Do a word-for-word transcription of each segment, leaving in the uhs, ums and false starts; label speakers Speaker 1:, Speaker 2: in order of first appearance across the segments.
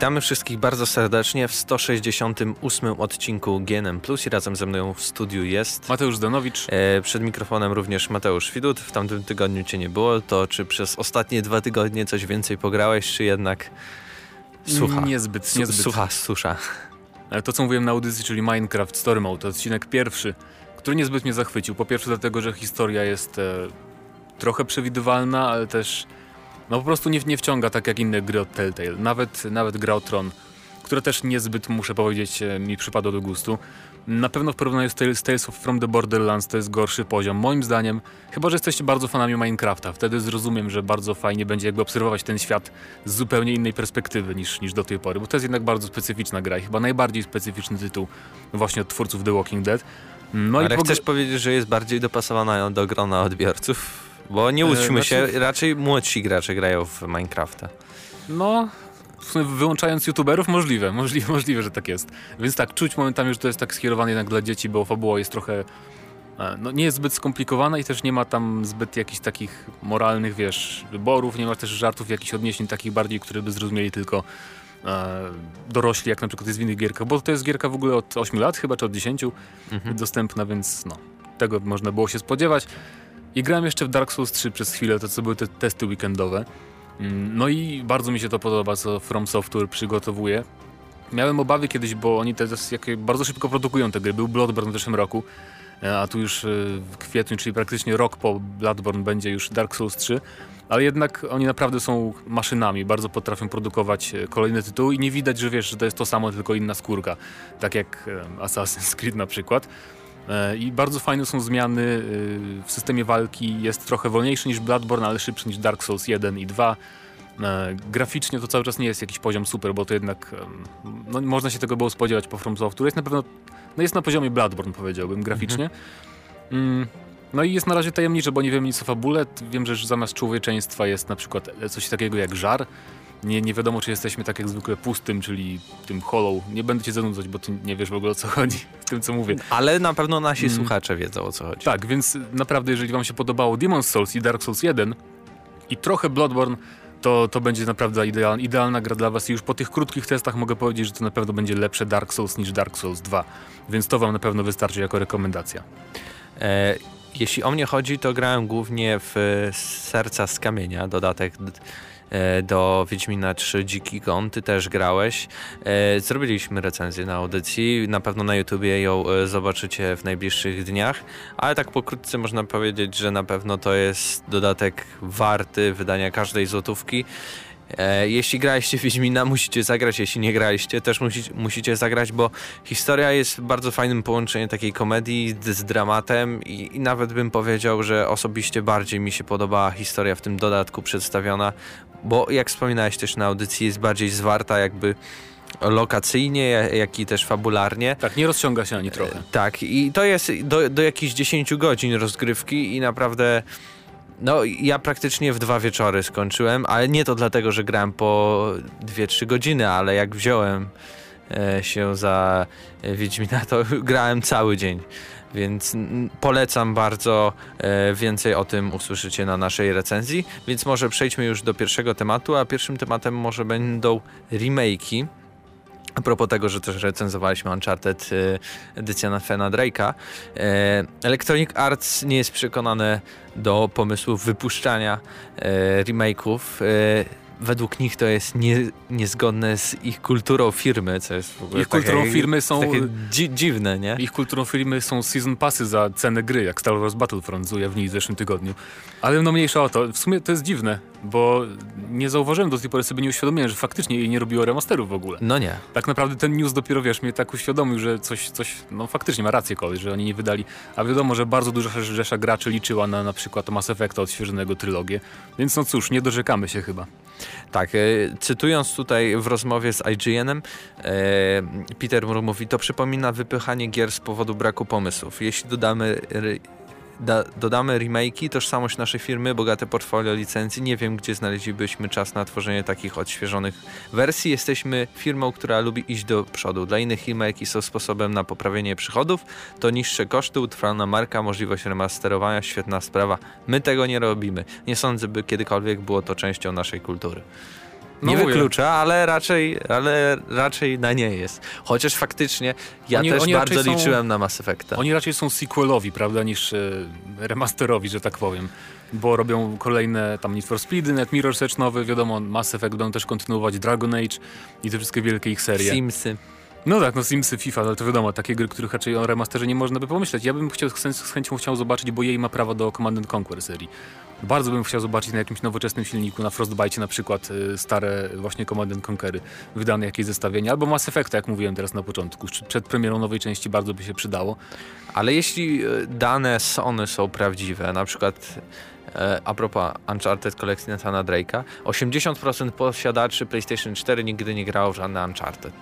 Speaker 1: Witamy wszystkich bardzo serdecznie w sto sześćdziesiątym ósmym odcinku G N M plus i razem ze mną w studiu jest
Speaker 2: Mateusz Danowicz.
Speaker 1: E, przed mikrofonem również Mateusz Widut. W tamtym tygodniu cię nie było. To czy przez ostatnie dwa tygodnie coś więcej pograłeś, czy jednak sucha?
Speaker 2: Niezbyt, niezbyt.
Speaker 1: Sucha, susza.
Speaker 2: Ale to, co mówiłem na audycji, czyli Minecraft Story Mode, to odcinek pierwszy, który niezbyt mnie zachwycił. Po pierwsze dlatego, że historia jest e, trochę przewidywalna, ale też no po prostu nie, nie wciąga tak jak inne gry od Telltale. Nawet, nawet gra o Tron, która też niezbyt, muszę powiedzieć, mi przypadła do gustu. Na pewno w porównaniu z Tales, Tales from the Borderlands to jest gorszy poziom, moim zdaniem. Chyba że jesteście bardzo fanami Minecrafta. Wtedy zrozumiem, że bardzo fajnie będzie jakby obserwować ten świat z zupełnie innej perspektywy niż, niż do tej pory, bo to jest jednak bardzo specyficzna gra i chyba najbardziej specyficzny tytuł właśnie od twórców The Walking Dead. No
Speaker 1: Ale
Speaker 2: i
Speaker 1: chcesz pog- powiedzieć, że jest bardziej dopasowana do grona odbiorców? Bo nie łudźmy e, znaczy... się, raczej młodsi gracze grają w Minecrafta.
Speaker 2: No, w sumie wyłączając youtuberów, możliwe, możliwe, możliwe, że tak jest. Więc tak, czuć momentami, że to jest tak skierowane jednak dla dzieci, bo fabuła jest trochę, no nie jest zbyt skomplikowana i też nie ma tam zbyt jakichś takich moralnych, wiesz, wyborów, nie ma też żartów, jakichś odniesień takich bardziej, które by zrozumieli tylko e, dorośli, jak na przykład jest w innych gierkach, bo to jest gierka w ogóle od ośmiu lat, chyba, czy od dziesięciu mhm. dostępna, więc no, tego można było się spodziewać. I grałem jeszcze w Dark Souls trzy przez chwilę, to co były te testy weekendowe. No i bardzo mi się to podoba, co From Software przygotowuje. Miałem obawy kiedyś, bo oni teraz bardzo szybko produkują te gry. Był Bloodborne w zeszłym roku, a tu już w kwietniu, czyli praktycznie rok po Bloodborne będzie już Dark Souls trzy. Ale jednak oni naprawdę są maszynami, bardzo potrafią produkować kolejne tytuły i nie widać, że wiesz, że to jest to samo, tylko inna skórka. Tak jak Assassin's Creed na przykład. I bardzo fajne są zmiany w systemie walki, jest trochę wolniejszy niż Bloodborne, ale szybszy niż Dark Souls jeden i dwa. Graficznie to cały czas nie jest jakiś poziom super, bo to jednak no, można się tego było spodziewać po From Software. Jest na pewno, no jest na poziomie Bloodborne, powiedziałbym, graficznie. Mhm. No i jest na razie tajemnicze, bo nie wiem nic o fabule. Wiem, że zamiast człowieczeństwa jest na przykład coś takiego jak żar. Nie, nie wiadomo, czy jesteśmy tak jak zwykle pustym, czyli tym hollow. Nie będę cię zanudzać, bo ty nie wiesz w ogóle o co chodzi z tym, co mówię.
Speaker 1: Ale na pewno nasi mm. słuchacze wiedzą, o co chodzi.
Speaker 2: Tak, więc naprawdę, jeżeli wam się podobało Demon's Souls i Dark Souls jeden i trochę Bloodborne, to, to będzie naprawdę ideal, idealna gra dla was i już po tych krótkich testach mogę powiedzieć, że to na pewno będzie lepsze Dark Souls niż Dark Souls dwa. Więc to wam na pewno wystarczy jako rekomendacja.
Speaker 1: E, jeśli o mnie chodzi, to grałem głównie w Serca z Kamienia, dodatek do Wiedźmina trzy Dziki Gon. Ty też grałeś. Zrobiliśmy recenzję na audycji. Na pewno na YouTubie ją zobaczycie w najbliższych dniach. Ale tak pokrótce można powiedzieć, że na pewno to jest dodatek warty wydania każdej złotówki. Jeśli graliście w Wiedźmina, musicie zagrać. Jeśli nie graliście, też musi, musicie zagrać, bo historia jest bardzo fajnym połączeniem takiej komedii z, z dramatem i, i nawet bym powiedział, że osobiście bardziej mi się podobała historia w tym dodatku przedstawiona, bo jak wspominałeś też na audycji, jest bardziej zwarta jakby lokacyjnie, jak i też fabularnie.
Speaker 2: Tak, nie rozciąga się ani trochę.
Speaker 1: Tak, i to jest do, do jakichś dziesięciu godzin rozgrywki i naprawdę... No, ja praktycznie w dwa wieczory skończyłem, ale nie to dlatego, że grałem po dwie trzy godziny, ale jak wziąłem e, się za Wiedźmina, to grałem cały dzień. Więc n- polecam bardzo, e, więcej o tym usłyszycie na naszej recenzji. Więc może przejdźmy już do pierwszego tematu, a pierwszym tematem może będą remake'i. A propos tego, że też recenzowaliśmy Uncharted edycja Nathana Drake'a, Electronic Arts nie jest przekonane do pomysłu wypuszczania remake'ów. Według nich to jest nie, niezgodne z ich kulturą firmy, co jest w ogóle
Speaker 2: ich kulturą
Speaker 1: takie,
Speaker 2: firmy są
Speaker 1: takie dzi- dziwne, nie?
Speaker 2: Ich kulturą firmy są season passy za cenę gry, jak Star Wars Battlefront ujawnili w zeszłym tygodniu. Ale no mniejsza o to. W sumie to jest dziwne, bo nie zauważyłem do tej pory, sobie nie uświadomiłem, że faktycznie jej nie robiło remasterów w ogóle.
Speaker 1: No nie.
Speaker 2: Tak naprawdę ten news dopiero, wiesz, mnie tak uświadomił, że coś, coś no faktycznie ma rację koleś, że oni nie wydali. A wiadomo, że bardzo duża rzesza graczy liczyła na na przykład Mass Effecta odświeżonego trylogię. Więc no cóż, nie dorzekamy się chyba.
Speaker 1: Tak, e, cytując tutaj w rozmowie z I G N-em, e, Peter Moore mówi, to przypomina wypychanie gier z powodu braku pomysłów. Jeśli dodamy, re, da, dodamy remake'i, tożsamość naszej firmy, bogate portfolio licencji, nie wiem, gdzie znaleźlibyśmy czas na tworzenie takich odświeżonych wersji. Jesteśmy firmą, która lubi iść do przodu. Dla innych remake'i są sposobem na poprawienie przychodów, to niższe koszty, utrwalona marka, możliwość remasterowania, świetna sprawa. My tego nie robimy. Nie sądzę, by kiedykolwiek było to częścią naszej kultury. Nie
Speaker 2: No
Speaker 1: wyklucza, ale raczej, ale raczej na nie jest. Chociaż faktycznie ja
Speaker 2: Oni-
Speaker 1: też
Speaker 2: oni
Speaker 1: bardzo
Speaker 2: raczej są-
Speaker 1: liczyłem na Mass Effecta.
Speaker 2: Oni raczej są sequelowi, prawda, niż e, remasterowi, że tak powiem. Bo robią kolejne tam Need for Speedy, Net Mirror's Edge nowy, wiadomo, Mass Effect będą też kontynuować Dragon Age i te wszystkie wielkie ich serie.
Speaker 1: Simsy.
Speaker 2: No tak, no Simsy, FIFA, ale to wiadomo, takie gry, których raczej o remasterze nie można by pomyśleć. Ja bym chciał, z, chę- z chęcią chciał zobaczyć, bo jej ma prawo do Command and Conquer serii. Bardzo bym chciał zobaczyć na jakimś nowoczesnym silniku, na Frostbite na przykład y, stare właśnie Command and Conquery, wydane jakieś zestawienie, albo Mass Effecta, jak mówiłem teraz na początku. Przed premierą nowej części bardzo by się przydało.
Speaker 1: Ale jeśli e, dane Sony są prawdziwe, na przykład e, a propos Uncharted kolekcji Nathana Drake'a, osiemdziesiąt procent posiadaczy PlayStation cztery nigdy nie grało w żadne Uncharted.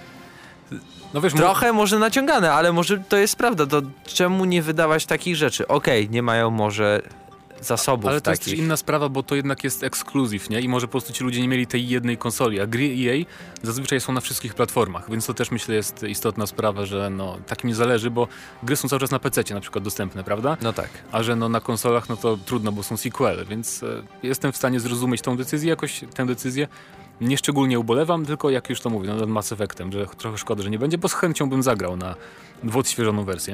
Speaker 2: No wiesz,
Speaker 1: Trochę może naciągane, ale może to jest prawda, to czemu nie wydawać takich rzeczy? Okej, okay, nie mają może zasobów
Speaker 2: ale to
Speaker 1: takich.
Speaker 2: jest też inna sprawa, bo to jednak jest ekskluzyw, nie? I może po prostu ci ludzie nie mieli tej jednej konsoli, a gry E A zazwyczaj są na wszystkich platformach, więc to też myślę jest istotna sprawa, że no tak mi zależy, bo gry są cały czas na pececie na przykład dostępne, prawda?
Speaker 1: No tak.
Speaker 2: A że no na konsolach no to trudno, bo są sequele, więc e, jestem w stanie zrozumieć tą decyzję, jakoś tę decyzję. Nie szczególnie ubolewam, tylko jak już to mówię, no nad Mass Effectem, że trochę szkoda, że nie będzie, bo z chęcią bym zagrał na w odświeżoną wersję.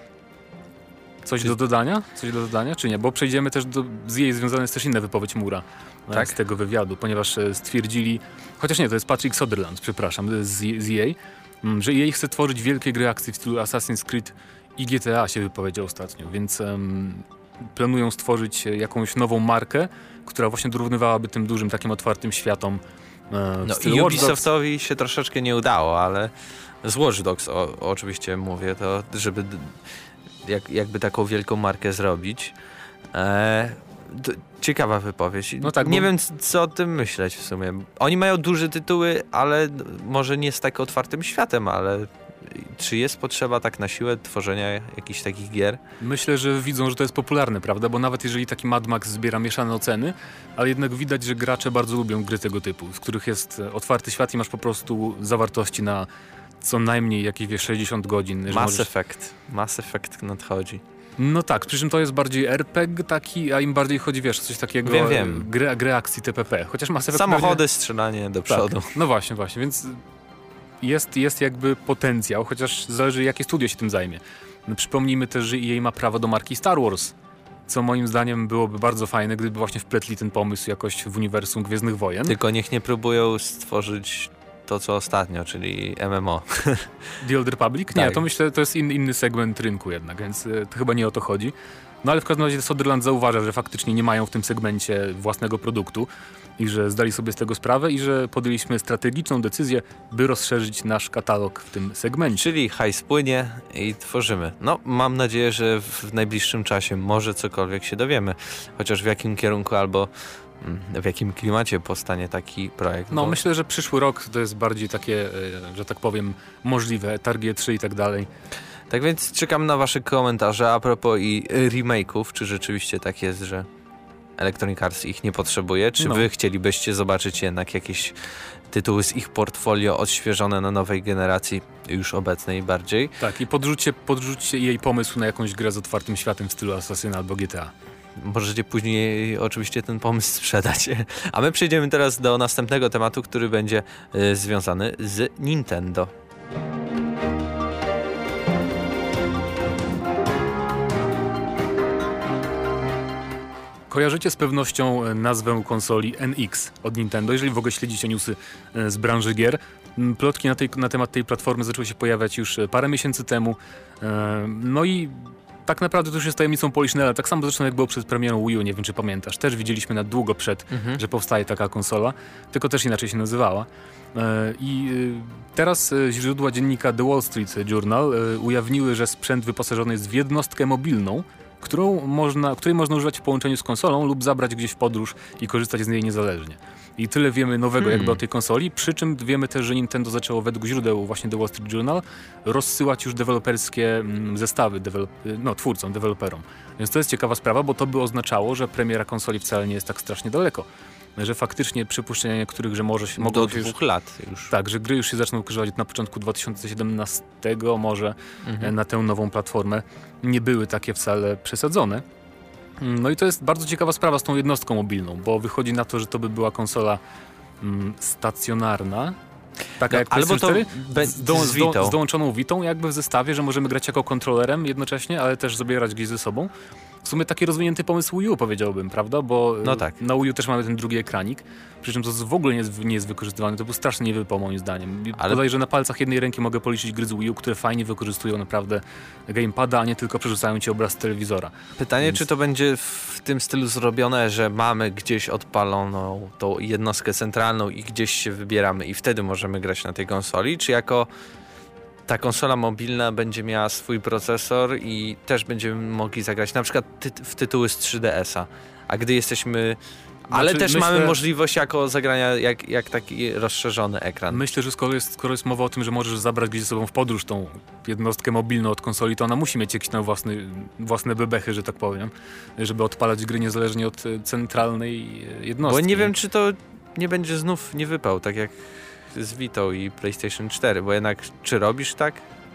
Speaker 2: Coś
Speaker 1: Czy-
Speaker 2: do dodania? Coś do dodania, czy nie? Bo przejdziemy też do... Z jej związana jest też inna wypowiedź Mura e,
Speaker 1: Tak?
Speaker 2: z tego wywiadu, ponieważ e, stwierdzili... Chociaż nie, to jest Patrick Soderland, przepraszam, z, z E A, m, że E A chce tworzyć wielkie gry akcji w stylu Assassin's Creed i G T A się wypowiedział ostatnio, więc em, planują stworzyć jakąś nową markę, która właśnie dorównywałaby tym dużym, takim otwartym światom e, w
Speaker 1: No
Speaker 2: stylu
Speaker 1: i
Speaker 2: Watch Dogs.
Speaker 1: Ubisoftowi się troszeczkę nie udało, ale z Watch Dogs o, oczywiście mówię to, żeby d- jak, jakby taką wielką markę zrobić. E, d- ciekawa wypowiedź.
Speaker 2: No tak,
Speaker 1: nie
Speaker 2: bo-
Speaker 1: wiem c- co o tym myśleć w sumie. Oni mają duże tytuły, ale d- może nie z tak otwartym światem, ale czy jest potrzeba tak na siłę tworzenia jakichś takich gier?
Speaker 2: Myślę, że widzą, że to jest popularne, prawda? Bo nawet jeżeli taki Mad Max zbiera mieszane oceny, ale jednak widać, że gracze bardzo lubią gry tego typu, w których jest e, otwarty świat i masz po prostu zawartości na co najmniej jakieś wiesz, sześćdziesiąt godzin. że
Speaker 1: Mass
Speaker 2: możesz-
Speaker 1: Effect. Mass Effect nadchodzi.
Speaker 2: No tak, przy czym to jest bardziej R P G taki, a im bardziej chodzi, wiesz, coś takiego...
Speaker 1: Wiem, wiem.
Speaker 2: Gry, gry akcji T P P. Chociaż Mass Effect
Speaker 1: Samochody,
Speaker 2: pewnie...
Speaker 1: strzelanie do
Speaker 2: Tak,
Speaker 1: przodu.
Speaker 2: no właśnie, właśnie, więc jest, jest jakby potencjał, chociaż zależy jakie studio się tym zajmie. No, przypomnijmy też, że E A ma prawo do marki Star Wars, co moim zdaniem byłoby bardzo fajne, gdyby właśnie wpletli ten pomysł jakoś w uniwersum Gwiezdnych Wojen.
Speaker 1: Tylko niech nie próbują stworzyć to, co ostatnio, czyli M M O.
Speaker 2: The Old Republic? Nie,
Speaker 1: Tak.
Speaker 2: to myślę, to jest in, inny segment rynku jednak, więc e, to chyba nie o to chodzi. No ale w każdym razie Soderland zauważa, że faktycznie nie mają w tym segmencie własnego produktu i że zdali sobie z tego sprawę i że podjęliśmy strategiczną decyzję, by rozszerzyć nasz katalog w tym segmencie.
Speaker 1: Czyli hajs płynie i tworzymy. No, mam nadzieję, że w najbliższym czasie może cokolwiek się dowiemy. Chociaż w jakim kierunku albo mm, w jakim klimacie powstanie taki projekt.
Speaker 2: No
Speaker 1: bo
Speaker 2: myślę, że przyszły rok to jest bardziej takie, e, że tak powiem, możliwe, Targie trzy i tak dalej.
Speaker 1: Tak więc czekam na wasze komentarze a propos i remake'ów. Czy rzeczywiście tak jest, że Electronic Arts ich nie potrzebuje? Czy
Speaker 2: No.
Speaker 1: wy chcielibyście zobaczyć jednak jakieś tytuły z ich portfolio odświeżone na nowej generacji, już obecnej bardziej?
Speaker 2: Tak, i podrzućcie, podrzućcie jej pomysł na jakąś grę z otwartym światem w stylu Assassina albo G T A.
Speaker 1: Możecie później oczywiście ten pomysł sprzedać. A my przejdziemy teraz do następnego tematu, który będzie y, związany z Nintendo.
Speaker 2: Kojarzycie z pewnością e, nazwę konsoli N X od Nintendo, jeżeli w ogóle śledzicie newsy e, z branży gier. M, Plotki na, tej, na temat tej platformy zaczęły się pojawiać już e, parę miesięcy temu. E, No i tak naprawdę to już jest tajemnicą Poliszynela. Tak samo zresztą jak było przed premierą Wii U, nie wiem czy pamiętasz. Też widzieliśmy na długo przed,
Speaker 1: Mhm.
Speaker 2: że powstaje taka konsola, tylko też inaczej się nazywała. E, I e, teraz e, źródła dziennika The Wall Street Journal e, ujawniły, że sprzęt wyposażony jest w jednostkę mobilną, którą można, której można używać w połączeniu z konsolą lub zabrać gdzieś w podróż i korzystać z niej niezależnie. I tyle wiemy nowego
Speaker 1: Hmm.
Speaker 2: jakby o tej konsoli, przy czym wiemy też, że Nintendo zaczęło według źródeł właśnie The Wall Street Journal rozsyłać już deweloperskie mm, zestawy dewelop- no, twórcom, deweloperom. Więc to jest ciekawa sprawa, bo to by oznaczało, że premiera konsoli wcale nie jest tak strasznie daleko. Że faktycznie przypuszczenia niektórych, że może się, mogą
Speaker 1: Do
Speaker 2: się już...
Speaker 1: dwóch lat już.
Speaker 2: Tak, że gry już się zaczną ukrzyżować na początku dwa tysiące siedemnastego może
Speaker 1: Mhm.
Speaker 2: na tę nową platformę, nie były takie wcale przesadzone. No i to jest bardzo ciekawa sprawa z tą jednostką mobilną, bo wychodzi na to, że to by była konsola mm, stacjonarna, taka
Speaker 1: no,
Speaker 2: jak
Speaker 1: albo to
Speaker 2: be, z, do, z, do, z dołączoną Vitą jakby w zestawie, że możemy grać jako kontrolerem jednocześnie, ale też zabierać gdzieś ze sobą. W sumie taki rozwinięty pomysł Wii U, powiedziałbym, prawda? Bo
Speaker 1: no tak.
Speaker 2: na Wii U też mamy ten drugi ekranik, przy czym to w ogóle nie jest, nie jest wykorzystywany. To był strasznie niewypał moim zdaniem. Ale... Podaję, że na palcach jednej ręki mogę policzyć gry z Wii U, które fajnie wykorzystują naprawdę gamepada, a nie tylko przerzucają ci obraz z telewizora.
Speaker 1: Pytanie,
Speaker 2: Więc...
Speaker 1: czy to będzie w tym stylu zrobione, że mamy gdzieś odpaloną tą jednostkę centralną i gdzieś się wybieramy i wtedy możemy grać na tej konsoli, czy jako ta konsola mobilna będzie miała swój procesor i też będziemy mogli zagrać na przykład ty- w tytuły z trzy D S a, a gdy jesteśmy... Ale
Speaker 2: znaczy,
Speaker 1: też
Speaker 2: myślę,
Speaker 1: mamy możliwość jako zagrania jak, jak taki rozszerzony ekran.
Speaker 2: Myślę, że skoro jest, skoro jest mowa o tym, że możesz zabrać gdzieś ze sobą w podróż tą jednostkę mobilną od konsoli, to ona musi mieć jakieś tam własny, własne bebechy, że tak powiem, żeby odpalać gry niezależnie od centralnej jednostki.
Speaker 1: Bo nie wiem, czy to nie będzie znów nie wypał, tak jak z Vitą i PlayStation cztery, bo jednak czy robisz tak?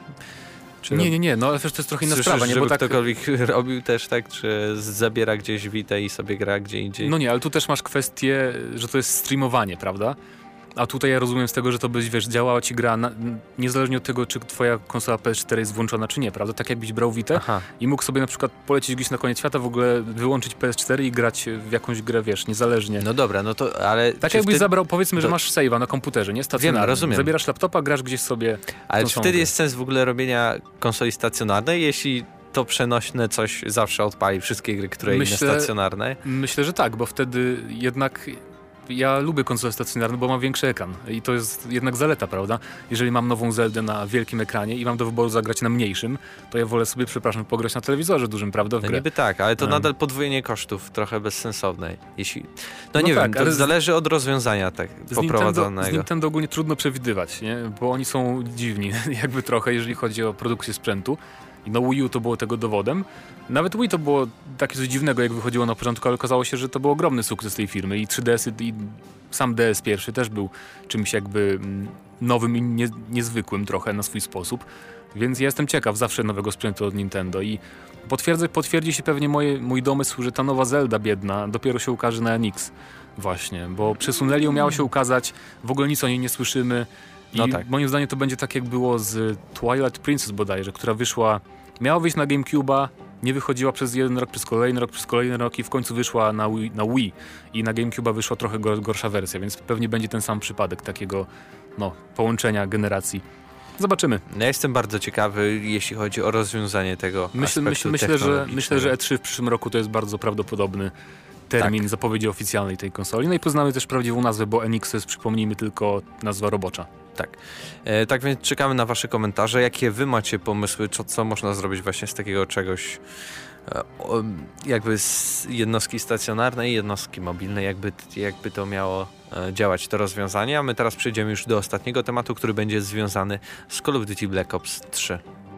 Speaker 2: Czy nie, nie, nie, no ale też to jest trochę inna
Speaker 1: Słyszysz,
Speaker 2: sprawa, nie?
Speaker 1: Żeby
Speaker 2: Bo tak...
Speaker 1: ktokolwiek robił też tak, czy zabiera gdzieś Vitę i sobie gra gdzie indziej?
Speaker 2: No nie, ale tu też masz kwestię, że to jest streamowanie, prawda? A tutaj ja rozumiem z tego, że to byś, wiesz, działała ci gra na, niezależnie od tego, czy twoja konsola P S cztery jest włączona, czy nie, prawda? Tak jakbyś brał Vitę Aha. i mógł sobie na przykład polecieć gdzieś na koniec świata, w ogóle wyłączyć P S cztery i grać w jakąś grę, wiesz, niezależnie.
Speaker 1: No dobra, no to, ale...
Speaker 2: Tak jakbyś wtedy... zabrał, powiedzmy, że masz save'a na komputerze, nie? Stacjonarny.
Speaker 1: Wiem, rozumiem.
Speaker 2: Zabierasz laptopa, grasz gdzieś sobie...
Speaker 1: Ale czy wtedy grę. Jest sens w ogóle robienia konsoli stacjonarnej, jeśli to przenośne coś zawsze odpali wszystkie gry, które myślę, inne stacjonarne?
Speaker 2: Myślę, że tak, bo wtedy jednak... Ja lubię konsolę stacjonarną, bo mam większy ekran i to jest jednak zaleta, prawda? Jeżeli mam nową Zeldę na wielkim ekranie i mam do wyboru zagrać na mniejszym, to ja wolę sobie, przepraszam, pograć na telewizorze dużym, prawda? W
Speaker 1: no
Speaker 2: grę.
Speaker 1: Niby tak, ale to um. nadal podwójenie kosztów, trochę bezsensowne. Jeśli... No, no nie
Speaker 2: tak,
Speaker 1: wiem, to
Speaker 2: ale
Speaker 1: zależy od rozwiązania tak
Speaker 2: z
Speaker 1: poprowadzonego.
Speaker 2: Nintendo, z Nintendo ogólnie trudno przewidywać, nie? Bo oni są dziwni jakby trochę, jeżeli chodzi o produkcję sprzętu. I no Wii U to było tego dowodem. Nawet Wii to było takie coś dziwnego, jak wychodziło na początku, ale okazało się, że to był ogromny sukces tej firmy i trzy D S y i sam D S pierwszy też był czymś jakby nowym i nie, niezwykłym trochę na swój sposób. Więc ja jestem ciekaw zawsze nowego sprzętu od Nintendo i potwierdzi, potwierdzi się pewnie moje, mój domysł, że ta nowa Zelda biedna dopiero się ukaże na N X właśnie, bo przesunęli ją, miało się ukazać, w ogóle nic o niej nie słyszymy. I no tak. Moim zdaniem to będzie tak, jak było z Twilight Princess bodajże, która wyszła, miała wyjść na GameCube'a, nie wychodziła przez jeden rok, przez kolejny rok, przez kolejny rok i w końcu wyszła na Wii, na Wii i na GameCube'a wyszła trochę gorsza wersja, więc pewnie będzie ten sam przypadek takiego no, połączenia generacji. Zobaczymy.
Speaker 1: Ja jestem bardzo ciekawy, jeśli chodzi o rozwiązanie tego
Speaker 2: myślę, myśl, myślę, że, myślę, że E trzy w przyszłym roku to jest bardzo prawdopodobny termin tak. zapowiedzi oficjalnej tej konsoli. No i poznamy też prawdziwą nazwę, bo N X to jest, przypomnijmy, tylko nazwa robocza.
Speaker 1: Tak. E, tak więc czekamy na wasze komentarze. Jakie wy macie pomysły, co, co można zrobić właśnie z takiego czegoś e, o, jakby z jednostki stacjonarnej, jednostki mobilnej, jakby, jakby to miało e, działać to rozwiązanie. A my teraz przejdziemy już do ostatniego tematu, który będzie związany z Call of Duty Black Ops trzy.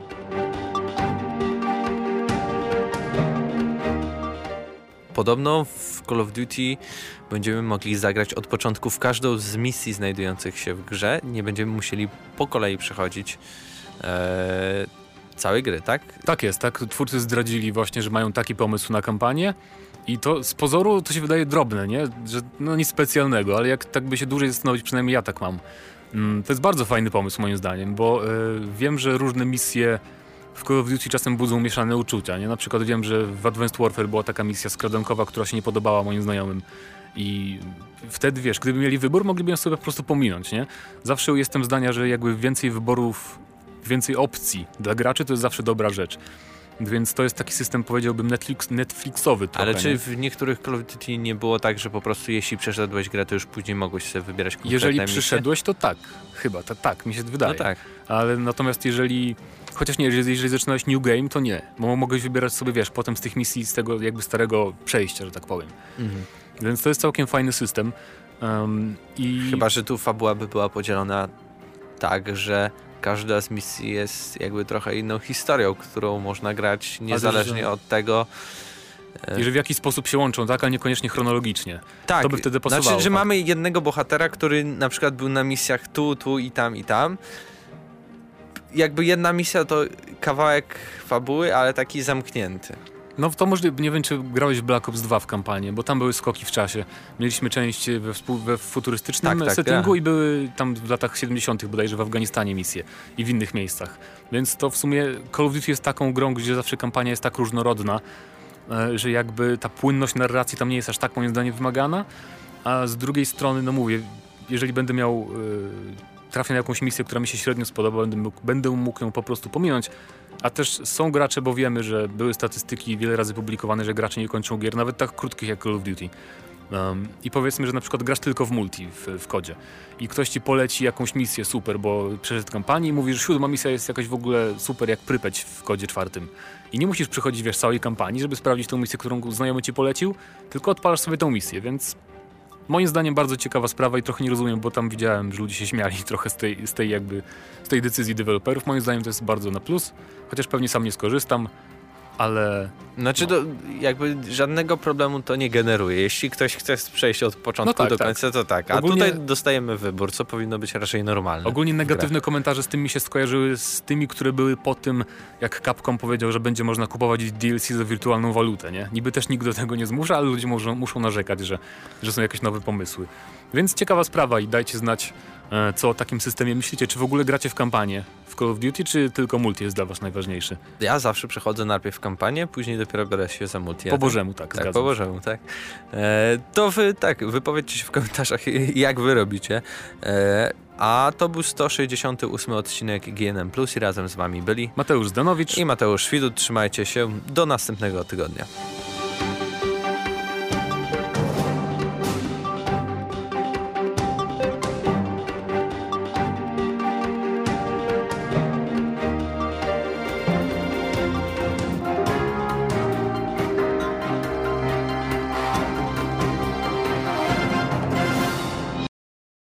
Speaker 1: Podobno w Call of Duty będziemy mogli zagrać od początku w każdą z misji znajdujących się w grze. Nie będziemy musieli po kolei przechodzić e, całej gry, tak?
Speaker 2: Tak jest, tak. Twórcy zdradzili właśnie, że mają taki pomysł na kampanię i to z pozoru to się wydaje drobne, nie? Że no nic specjalnego, ale jak tak by się dłużej zastanowić, przynajmniej ja tak mam. Mm, to jest bardzo fajny pomysł moim zdaniem, bo e, wiem, że różne misje w Call of Duty czasem budzą mieszane uczucia, nie? Na przykład wiem, że w Advanced Warfare była taka misja skradankowa, która się nie podobała moim znajomym i wtedy, wiesz, gdyby mieli wybór, mogliby ją sobie po prostu pominąć, nie? Zawsze jestem zdania, że jakby więcej wyborów, więcej opcji dla graczy to jest zawsze dobra rzecz. Więc to jest taki system, powiedziałbym, Netflix, Netflixowy trochę.
Speaker 1: Ale czy
Speaker 2: nie?
Speaker 1: w niektórych Call of Duty nie było tak, że po prostu jeśli przeszedłeś grę, to już później mogłeś sobie wybierać konkretne
Speaker 2: Jeżeli
Speaker 1: misje?
Speaker 2: przyszedłeś, to tak. Chyba, to, tak, mi się wydaje.
Speaker 1: No tak.
Speaker 2: Ale natomiast jeżeli... Chociaż nie, jeżeli, jeżeli zaczynałeś New Game, to nie. Bo mogłeś wybierać sobie, wiesz, potem z tych misji, z tego jakby starego przejścia, że tak powiem. Mhm. Więc to jest całkiem fajny system. Um, i...
Speaker 1: Chyba, że tu fabuła by była podzielona tak, że każda z misji jest jakby trochę inną historią, którą można grać niezależnie że... od tego...
Speaker 2: I że w jakiś sposób się łączą, tak? Ale niekoniecznie chronologicznie. Tak. To by wtedy pasowało.
Speaker 1: Znaczy, że
Speaker 2: tak?
Speaker 1: mamy jednego bohatera, który na przykład był na misjach tu, tu i tam i tam. Jakby jedna misja to kawałek fabuły, ale taki zamknięty.
Speaker 2: No to możliwe, nie wiem, czy grałeś w Black Ops dwa w kampanię, bo tam były skoki w czasie. Mieliśmy część we, współ, we futurystycznym
Speaker 1: tak, tak,
Speaker 2: settingu
Speaker 1: ja.
Speaker 2: i były tam w latach siedemdziesiątych bodajże w Afganistanie misje i w innych miejscach. Więc to w sumie Call of Duty jest taką grą, gdzie zawsze kampania jest tak różnorodna, że jakby ta płynność narracji tam nie jest aż tak moim zdaniem wymagana, a z drugiej strony, no mówię, jeżeli będę miał... Yy, trafię na jakąś misję, która mi się średnio spodoba, będę mógł, będę mógł ją po prostu pominąć. A też są gracze, bo wiemy, że były statystyki wiele razy publikowane, że gracze nie kończą gier, nawet tak krótkich jak Call of Duty. Um, I powiedzmy, że na przykład grasz tylko w multi w, w kodzie i ktoś ci poleci jakąś misję super, bo przeszedł kampanię i mówi, że siódma misja jest jakaś w ogóle super jak Prypeć w kodzie czwartym. I nie musisz przechodzić, wiesz, całej kampanii, żeby sprawdzić tą misję, którą znajomy ci polecił, tylko odpalasz sobie tą misję, więc moim zdaniem bardzo ciekawa sprawa i trochę nie rozumiem, bo tam widziałem, że ludzie się śmiali trochę z tej, z tej jakby z tej decyzji deweloperów. Moim zdaniem to jest bardzo na plus, chociaż pewnie sam nie skorzystam, ale...
Speaker 1: Znaczy,
Speaker 2: no.
Speaker 1: to jakby żadnego problemu to nie generuje. Jeśli ktoś chce przejść od początku
Speaker 2: no tak,
Speaker 1: do
Speaker 2: tak.
Speaker 1: końca, to tak. A
Speaker 2: Ogólnie...
Speaker 1: tutaj dostajemy wybór, co powinno być raczej normalne.
Speaker 2: Ogólnie negatywne komentarze z tym mi się skojarzyły z tymi, które były po tym, jak Capcom powiedział, że będzie można kupować D L C za wirtualną walutę, nie? Niby też nikt do tego nie zmusza, ale ludzie muszą, muszą narzekać, że, że są jakieś nowe pomysły. Więc ciekawa sprawa i dajcie znać, co o takim systemie myślicie. Czy w ogóle gracie w kampanię w Call of Duty, czy tylko multi jest dla was najważniejszy?
Speaker 1: Ja zawsze przechodzę najpierw w kampanię, później dopiero gra się za multi.
Speaker 2: Po Bożemu, tak,
Speaker 1: tak. Po Bożemu, tak. E, to wy, tak, wypowiedzcie się w komentarzach, jak wy robicie. E, a to był sto sześćdziesiąty ósmy odcinek G N M plus i razem z wami byli
Speaker 2: Mateusz Zdanowicz
Speaker 1: i Mateusz Widut. Trzymajcie się, do następnego tygodnia.